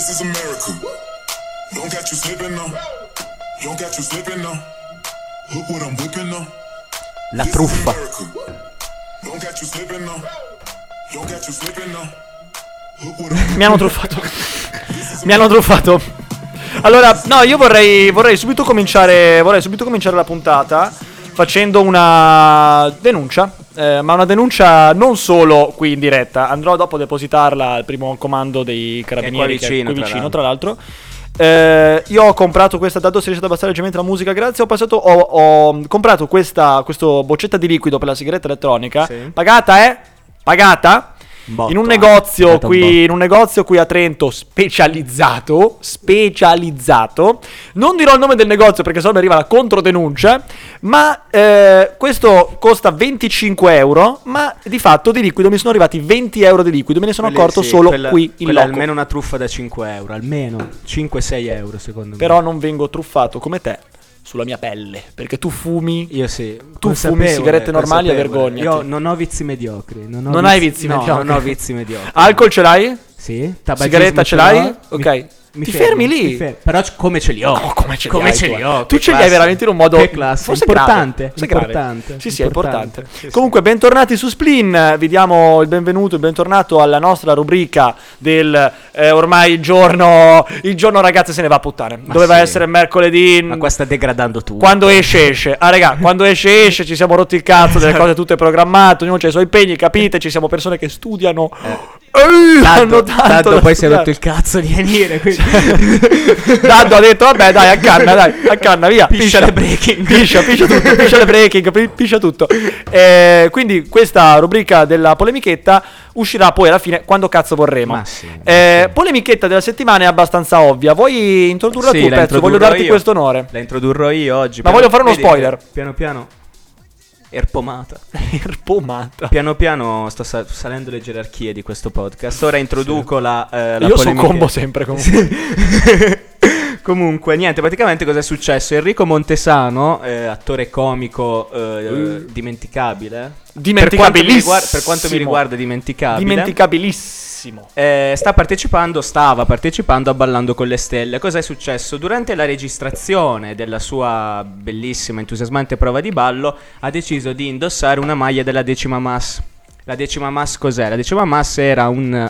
This is America. Don't got you slipping now. Don't got you slipping now. Look what I'm whipping now. La truffa. Don't got you slipping now. Don't got you slipping now. Mi hanno truffato. Mi hanno truffato. Allora, no, io vorrei subito cominciare la puntata facendo una denuncia, ma una denuncia non solo qui in diretta. Andrò dopo a depositarla al primo comando dei carabinieri, che è qui vicino, tra l'altro. Io ho comprato questa, dato si riesce ad abbassare leggermente la musica, grazie. Ho comprato questo boccetta di liquido per la sigaretta elettronica, sì. Pagata Botto, in un negozio qui a Trento specializzato. Non dirò il nome del negozio perché sennò mi arriva la controdenuncia. Ma questo costa 25 euro. Ma di fatto di liquido mi sono arrivati 20 euro di liquido. Me ne sono accorto solo qui in loco. È almeno una truffa da 5 euro. Almeno 5-6 euro secondo me. Però non vengo truffato come te sulla mia pelle, perché tu fumi. Io sì. Tu fumi sigarette normali e vergogna. Io non ho vizi mediocri. Non hai vizi mediocri? No, non ho vizi mediocri. Alcol ce l'hai? Sì. Sigaretta ce l'hai? Ok. Ti fermi lì. Però come ce li ho? No, come ce li ho? Tu ce li hai veramente in un modo forse importante. Importante. Sì, è importante. Comunque, bentornati su Splin. Vi diamo il bentornato alla nostra rubrica del ormai il giorno ragazzi se ne va a puttane. Doveva essere mercoledì. Ma qua sta degradando tutto. Quando esce. Ah, raga, quando esce, ci siamo rotti il cazzo delle cose tutte programmate. Ognuno c'ha i suoi impegni, capite? Ci siamo persone che studiano. Tanto poi si è rotto il cazzo di venire. Dado ha detto vabbè dai accanna via, piscia le breaking, piscia le breaking, piscia tutto. Quindi questa rubrica della polemichetta uscirà poi alla fine quando cazzo vorremo. Polemichetta della settimana è abbastanza ovvia. Vuoi introdurla tu, pezzo? Voglio darti questo onore. La introdurrò io oggi. Ma voglio fare uno spoiler. Piano piano. Erpomata. Piano piano sto salendo le gerarchie di questo podcast. Ora introduco la io soccombo sempre comunque. Comunque niente, praticamente cosa è successo? Enrico Montesano, attore comico dimenticabile. Per quanto mi riguarda dimenticabilissimo. Stava partecipando a Ballando con le Stelle. Cosa è successo? Durante la registrazione della sua bellissima, entusiasmante prova di ballo ha deciso di indossare una maglia della Decima Mas. La Decima Mas cos'è? La Decima Mas era un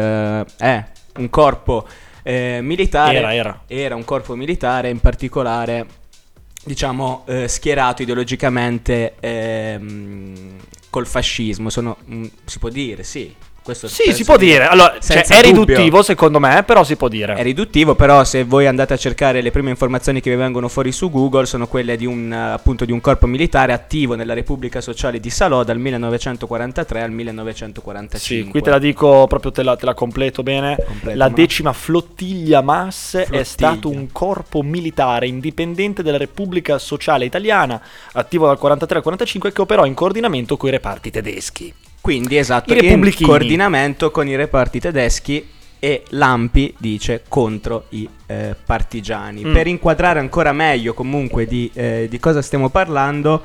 corpo militare. Era un corpo militare, in particolare diciamo schierato ideologicamente col fascismo. Si può dire, sì. Questo sì, si può dire. Allora, è riduttivo secondo me, però si può dire. È riduttivo, però se voi andate a cercare le prime informazioni che vi vengono fuori su Google sono quelle di un corpo militare attivo nella Repubblica Sociale di Salò dal 1943 al 1945. Sì, qui te la dico proprio, te la completo bene. La Decima Flottiglia Mas è stato un corpo militare indipendente della Repubblica Sociale Italiana, attivo dal 43 al 45, che operò in coordinamento con i reparti tedeschi. Quindi esatto, in coordinamento con i reparti tedeschi, e l'ANPI dice contro i partigiani. Per inquadrare ancora meglio comunque di cosa stiamo parlando,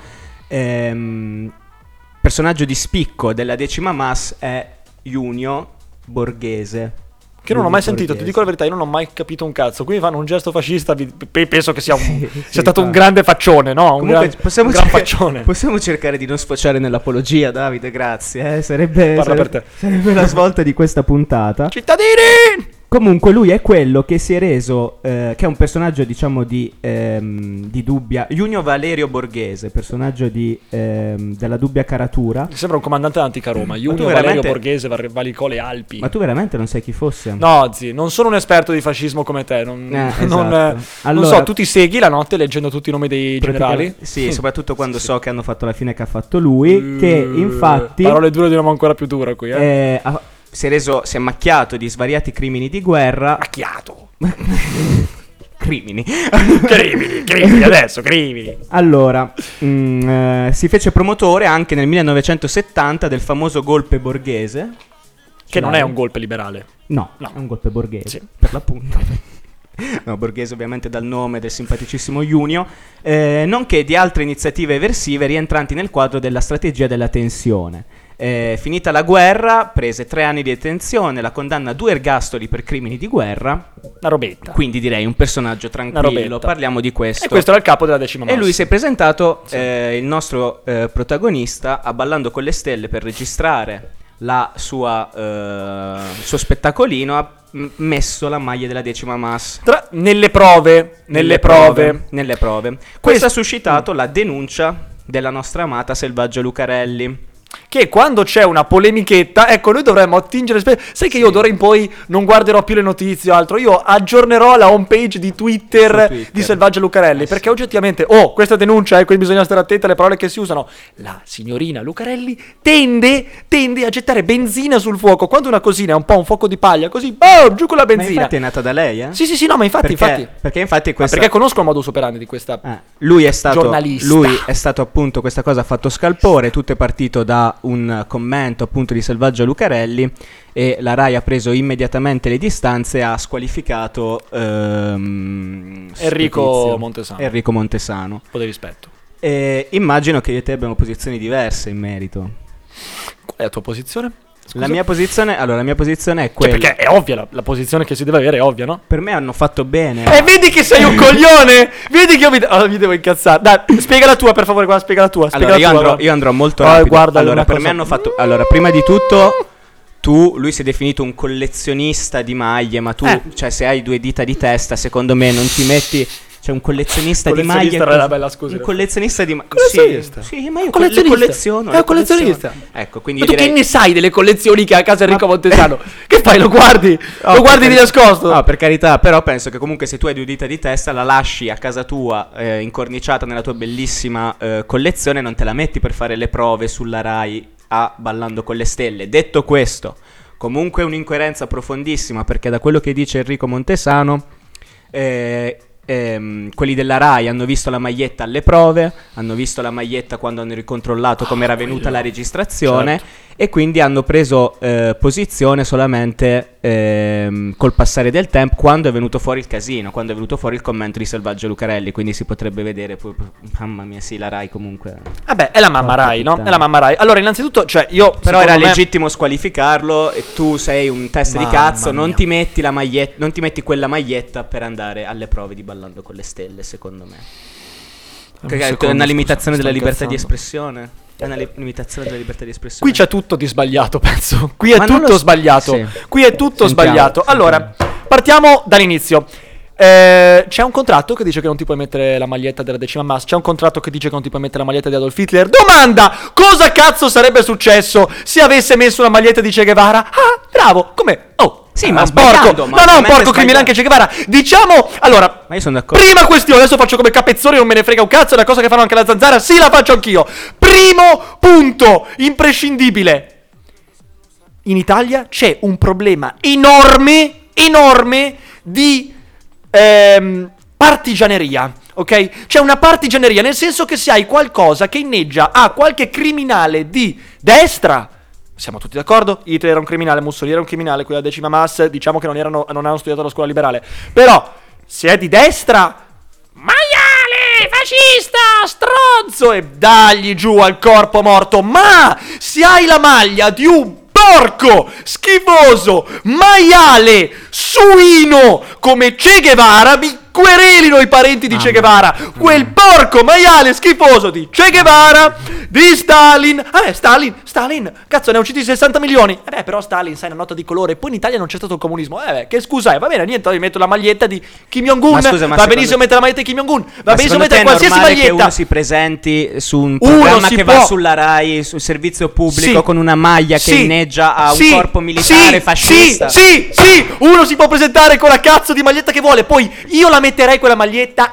personaggio di spicco della Decima Mas è Junio Borghese. Che non ho mai sentito, ti dico la verità, io non ho mai capito un cazzo. Qui fanno un gesto fascista, penso che sia stato un grande faccione, no? Un gran faccione. Possiamo cercare di non sfociare nell'apologia, Davide, grazie. Sarebbe per te. Sarebbe la svolta di questa puntata. Cittadini! Comunque lui è quello che si è reso, che è un personaggio diciamo di dubbia, Junio Valerio Borghese, personaggio della dubbia caratura. Mi sembra un comandante dell'antica Roma. Junio Valerio Borghese valicò le Alpi. Ma tu veramente non sai chi fosse? No, zi, non sono un esperto di fascismo come te. Allora, non so, tu ti segui la notte leggendo tutti i nomi dei generali? Sì, soprattutto quando so che hanno fatto la fine che ha fatto lui, che infatti... Parole dure di una ancora più dura qui, si è macchiato di svariati crimini di guerra. Macchiato. Crimini adesso, crimini. Allora, si fece promotore anche nel 1970 del famoso golpe borghese. Che non è un golpe liberale. No, è un golpe borghese, sì, per l'appunto. No, borghese ovviamente dal nome del simpaticissimo Junio, nonché di altre iniziative eversive rientranti nel quadro della strategia della tensione. Finita la guerra, prese 3 anni di detenzione, la condanna a 2 ergastoli per crimini di guerra. Una robetta. Quindi direi un personaggio tranquillo, parliamo di questo. E questo era il capo della 10ª Mas. E lui si è presentato, il nostro protagonista, a Ballando con le Stelle per registrare il suo spettacolino, ha messo la maglia della 10ª Mas. Nelle prove. Questo ha suscitato la denuncia della nostra amata Selvaggia Lucarelli. Che quando c'è una polemichetta, ecco, noi dovremmo attingere. Sai che io d'ora in poi non guarderò più le notizie o altro. Io aggiornerò la homepage di Twitter di Selvaggia Lucarelli. Perché oggettivamente, questa denuncia, quindi bisogna stare attenti alle parole che si usano. La signorina Lucarelli tende a gettare benzina sul fuoco. Quando una cosina è un po' un fuoco di paglia, così, giù con la benzina. Ma infatti è nata da lei, eh? Sì, no, ma infatti. Perché infatti questa... Perché conosco il modus operandi di questa lui è stato giornalista. Lui è stato appunto, questa cosa ha fatto scalpore, tutto è partito da un commento appunto di Selvaggia Lucarelli e la Rai ha preso immediatamente le distanze e ha squalificato Enrico Montesano. Un po' di rispetto. Immagino che io e te abbiamo posizioni diverse in merito. Qual è la tua posizione? La mia posizione è quella. Perché è ovvia, la posizione che si deve avere è ovvia, no? Per me hanno fatto bene. E vedi che sei un coglione! Vedi che io mi devo incazzare. Dai, spiega la tua, per favore, spiega la tua. Io andrò molto rapido. Guarda, allora, per me hanno fatto... Allora, prima di tutto... Lui si è definito un collezionista di maglie, ma tu, cioè, se hai 2 dita di testa, secondo me non ti metti... Cioè, un collezionista di maglie. Era bella, scusa. Un collezionista di maglie. Sì, ma io le colleziono. È un collezionista. Ecco, quindi ma tu direi... che ne sai delle collezioni che ha a casa Enrico Montesano? Che fai? Lo guardi? Lo guardi di nascosto? No, per carità, però penso che comunque se tu hai 2 dita di testa, la lasci a casa tua, incorniciata nella tua bellissima collezione, non te la metti per fare le prove sulla Rai a Ballando con le Stelle. Detto questo, comunque un'incoerenza profondissima, perché da quello che dice Enrico Montesano, quelli della Rai hanno visto la maglietta alle prove, hanno visto la maglietta quando hanno ricontrollato come era venuta la registrazione, certo. E quindi hanno preso posizione solamente col passare del tempo, quando è venuto fuori il casino, quando è venuto fuori il commento di Selvaggia Lucarelli, quindi si potrebbe vedere, mamma mia, sì, la Rai comunque... Vabbè, è la mamma Rai, no? È la mamma Rai. Allora, innanzitutto, cioè, io... Però era legittimo squalificarlo, e tu sei un test di cazzo, non ti metti la maglietta, non ti metti quella maglietta per andare alle prove di Ballando con le Stelle, secondo me. Perché è una limitazione della libertà di espressione. È una limitazione della libertà di espressione. Qui c'è tutto di sbagliato, penso. Qui è tutto sbagliato. Sì. Qui è tutto sbagliato. Allora, partiamo dall'inizio. C'è un contratto che dice che non ti puoi mettere la maglietta della 10ª Mas. C'è un contratto che dice che non ti puoi mettere la maglietta di Adolf Hitler. Domanda: cosa cazzo sarebbe successo se avesse messo una maglietta di Che Guevara? Ah, bravo. Come? Sì, ma un porco. No, un porco criminale anche Che Guevara. Diciamo, allora, ma io sono d'accordo. Prima questione, adesso faccio come Capezzone, non me ne frega un cazzo, è una cosa che fanno anche la Zanzara, sì, la faccio anch'io. Primo punto, imprescindibile. In Italia c'è un problema enorme di partigianeria, ok? C'è una partigianeria, nel senso che se hai qualcosa che inneggia a qualche criminale di destra, siamo tutti d'accordo? Hitler era un criminale, Mussolini era un criminale, quella 10ª Mas, diciamo che non hanno studiato alla scuola liberale. Però, se è di destra, maiale, fascista, stronzo, e dagli giù al corpo morto. Ma se hai la maglia di un porco, schifoso, maiale, suino come Che Guevara, mi querelino i parenti di Che Guevara. Quel porco maiale schifoso di Che Guevara, di Stalin. Stalin, cazzo, ne ha uccisi 60 milioni. Però Stalin, sai, una nota di colore. Poi in Italia non c'è stato il comunismo. Che scusa, va bene, niente, mi metto la maglietta di Kim Jong-un. Va benissimo mettere la maglietta di Kim Jong-un. Va benissimo mettere qualsiasi maglietta. Che uno si presenti su un programma che va sulla Rai, sul servizio pubblico, con una maglia che inneggia a un corpo militare fascista. Sì, uno si può presentare con la cazzo di maglietta che vuole. Poi io la metterei quella maglietta.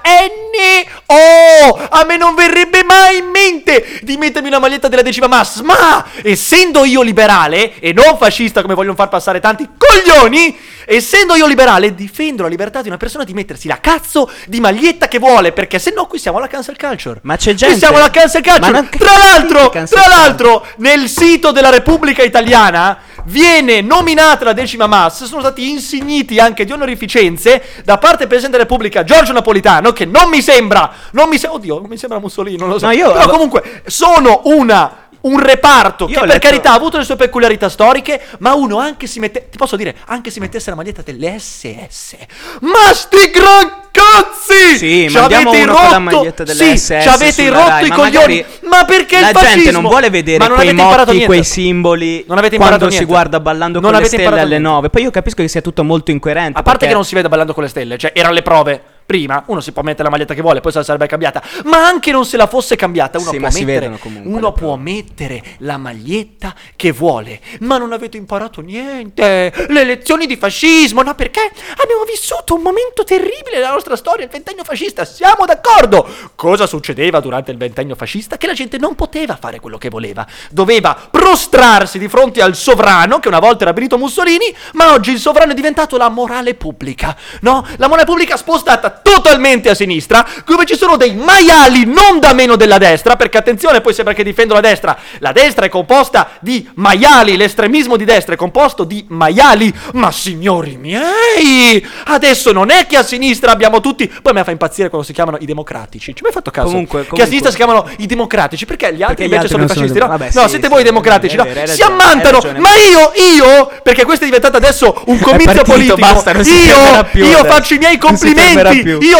A me non verrebbe mai in mente di mettermi una maglietta della 10ª Mas. Ma essendo io liberale e non fascista come vogliono far passare tanti coglioni, essendo io liberale, difendo la libertà di una persona di mettersi la cazzo di maglietta che vuole, perché se no qui siamo alla cancel culture. Ma c'è gente. Qui siamo alla cancel culture. Tra l'altro, nel sito della Repubblica Italiana viene nominata la 10ª Mas, sono stati insigniti anche di onorificenze da parte del Presidente della Repubblica Giorgio Napolitano, che non mi sembra Mussolini, non lo so. No, però comunque sono una un reparto Io che ho per letto- carità ha avuto le sue peculiarità storiche, ma uno anche si mette, ti posso dire, anche si mettesse la maglietta delle SS. Ma sti gran cazzi! Sì, Ci mandiamo avete uno con la rotto- maglietta delle sì, SS ci avete sulla rotto Rai, i ma coglioni. magari Ma perché la il fascismo? gente non vuole vedere Ma non quei avete imparato motti, niente. quei simboli Non avete imparato quando si niente. guarda Ballando Non con le avete stelle imparato alle niente. 9. Poi io capisco che sia tutto molto incoerente. A parte perché che non si vede Ballando con le stelle, cioè erano le prove. Prima uno si può mettere la maglietta che vuole, poi se la sarebbe cambiata. Ma anche non se la fosse cambiata, uno Sì, può ma si mettere, vedono comunque uno le può prove. mettere la maglietta che vuole. Ma non avete imparato niente. Le lezioni di fascismo, no? Perché abbiamo vissuto un momento terribile nella nostra storia, il ventennio fascista. Siamo d'accordo. Cosa succedeva durante il ventennio fascista? Che la gente non poteva fare quello che voleva. Doveva prostrarsi di fronte al sovrano, che una volta era Benito Mussolini, ma oggi il sovrano è diventato la morale pubblica, no? La morale pubblica spostata totalmente a sinistra, dove ci sono dei maiali non da meno della destra, perché attenzione, poi sembra che difendo la destra è composta di maiali, l'estremismo di destra è composto di maiali, ma signori miei, adesso non è che a sinistra abbiamo tutti, poi me fa impazzire quando si chiamano i democratici, ci hai mai fatto caso? Comunque. Che a sinistra si chiamano i democratici, perché gli altri Perché gli invece sono i altri non fascisti, sono no? dem- No, vabbè, siete sì, voi i sì, democratici, è no? vero, hai Si ragione, ammantano, hai ragione. ma io, perché questo è diventato adesso un comizio partito, politico, basta, non si fermerà più io adesso. faccio i miei Non si fermerà complimenti, più. io,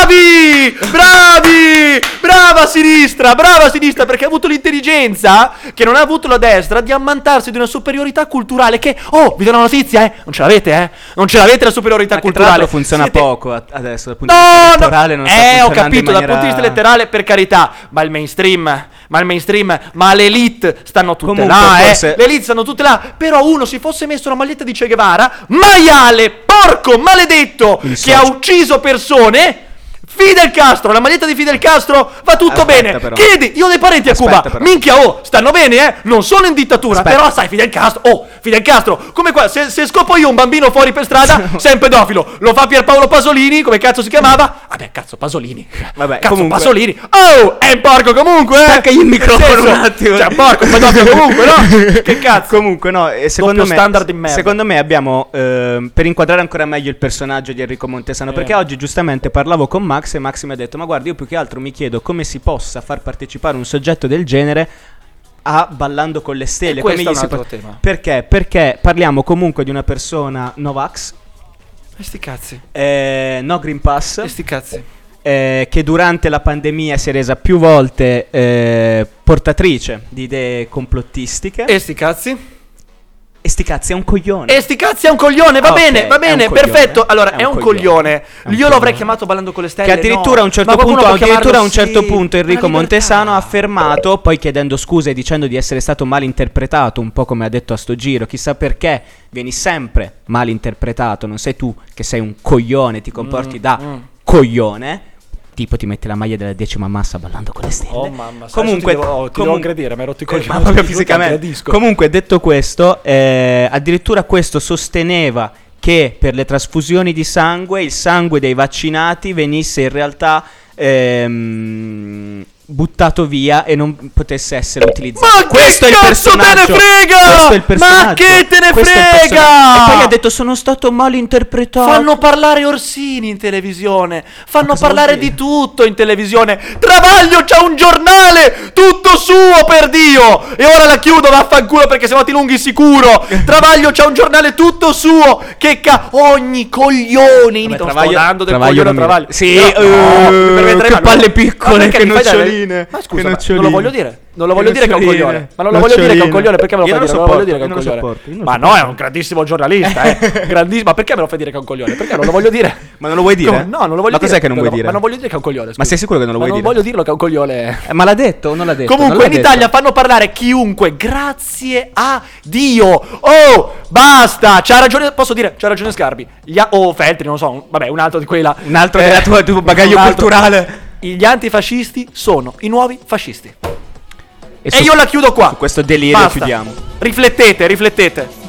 brava sinistra, perché ha avuto l'intelligenza, che non ha avuto la destra, di ammantarsi di una superiorità culturale che, oh, vi do una notizia, non ce l'avete, Non ce l'avete la superiorità Ma che tra culturale. l'altro funziona Siete- poco adesso dal punto di vista No, elettorale, non sta ho funzionando capito, in dal maniera- punto di vista elettorale, per carità, ma il mainstream, ma l'elite stanno tutte Comunque, là, forse- le elite stanno tutte là, però uno si fosse messo la maglietta di Che Guevara, maiale, porco, maledetto, Il che ha socio. ucciso persone. Fidel Castro, la maglietta di Fidel Castro va tutto Aspetta, bene. però. Chiedi, io ho dei parenti a Aspetta, Cuba. però. Minchia, stanno bene, non sono in dittatura. Aspetta. Però sai, Fidel Castro, come qua, se scopo io un bambino fuori per strada, sei un pedofilo. Lo fa Pierpaolo Pasolini, come cazzo si chiamava? Vabbè, cazzo, Pasolini. Vabbè, cazzo, comunque. Pasolini. Oh, è un porco comunque, Staccagli il microfono Nel senso, un attimo. Cioè, un porco, un pedofilo comunque, no? Che cazzo? Comunque no, secondo Doppio me, standard in merda. secondo me abbiamo, per inquadrare ancora meglio il personaggio di Enrico Montesano, perché oggi giustamente parlavo con Max e Max mi ha detto, ma guarda, io più che altro mi chiedo come si possa far partecipare un soggetto del genere a Ballando con le stelle. E questo come è un gli si altro può- tema. Perché? Perché parliamo comunque di una persona Novax, E sti cazzi, no Green Pass, e sti cazzi. che durante la pandemia si è resa più volte portatrice di idee complottistiche. E sti cazzi. E sti cazzi, è un coglione. E sti cazzi è un coglione, va Ah, ok, bene, è un coglione. perfetto. Allora, è un coglione. È un Io coglione. l'avrei chiamato Ballando con le stelle. Che addirittura no. a un certo Ma qualcuno punto, può addirittura a un chiamarlo, certo sì, punto Enrico la libertà. Montesano ha affermato, poi chiedendo scuse e dicendo di essere stato mal interpretato, un po' come ha detto a sto giro, chissà perché vieni sempre mal interpretato, non sei tu che sei un coglione, ti comporti da coglione. Tipo ti metti la maglia della 10ª massa Ballando con le stelle. Oh mamma, comunque ti devo aggredire, mi hai rotto i coglioni. ma proprio Ti fisicamente. aggredisco. Comunque detto questo, addirittura questo sosteneva che per le trasfusioni di sangue il sangue dei vaccinati venisse in realtà buttato via e non potesse essere utilizzato. Ma questo che è il cazzo te ne personaggio. frega? Questo è il personaggio. Ma che te ne Questo è il frega? personaggio. E poi ha detto sono stato mal interpretato. Fanno parlare Orsini in televisione. Fanno cosa vuol parlare dire? di tutto in televisione. Travaglio c'ha un giornale tutto suo, per Dio. E ora la chiudo, vaffanculo, perché se no ti lunghi sicuro. Travaglio c'ha un giornale tutto suo. Ogni coglione in Italia. Sto dando del coglione a Travaglio. Sì, No, mi permetterei, che ma no. palle Ma piccole, perché che mi fai dare- noccioline. Ma che scusa, ma noccioline. non lo voglio dire. Non lo voglio dire che è un Noccioline. coglione. Ma non lo voglio dire che è un coglione. Perché me lo Io fai non dire? Non lo voglio sopporto, dire che è un io non coglione. sopporto, io non Ma no, sopporto. è un grandissimo giornalista, grandissimo. Ma perché me lo fai dire che è un coglione? Perché non lo voglio dire. Ma non lo vuoi dire? No, non lo voglio Ma dire. cos'è che non vuoi dire? Ma non voglio dire che è un coglione. Ma scusa. sei sicuro che non lo Ma vuoi non dire? voglio dirlo che è un coglione. Ma l'ha detto o non l'ha detto? Non Comunque l'ha in detto. Italia fanno parlare chiunque, grazie a Dio. Oh, basta. C'ha ragione, posso dire, c'ha ragione Sgarbi. Feltri, non so, vabbè, un altro di quella. Un altro della tua tuo bagaglio un altro. culturale. Gli antifascisti sono i nuovi fascisti. E su- io la chiudo qua. Su questo delirio Basta. chiudiamo. Riflettete.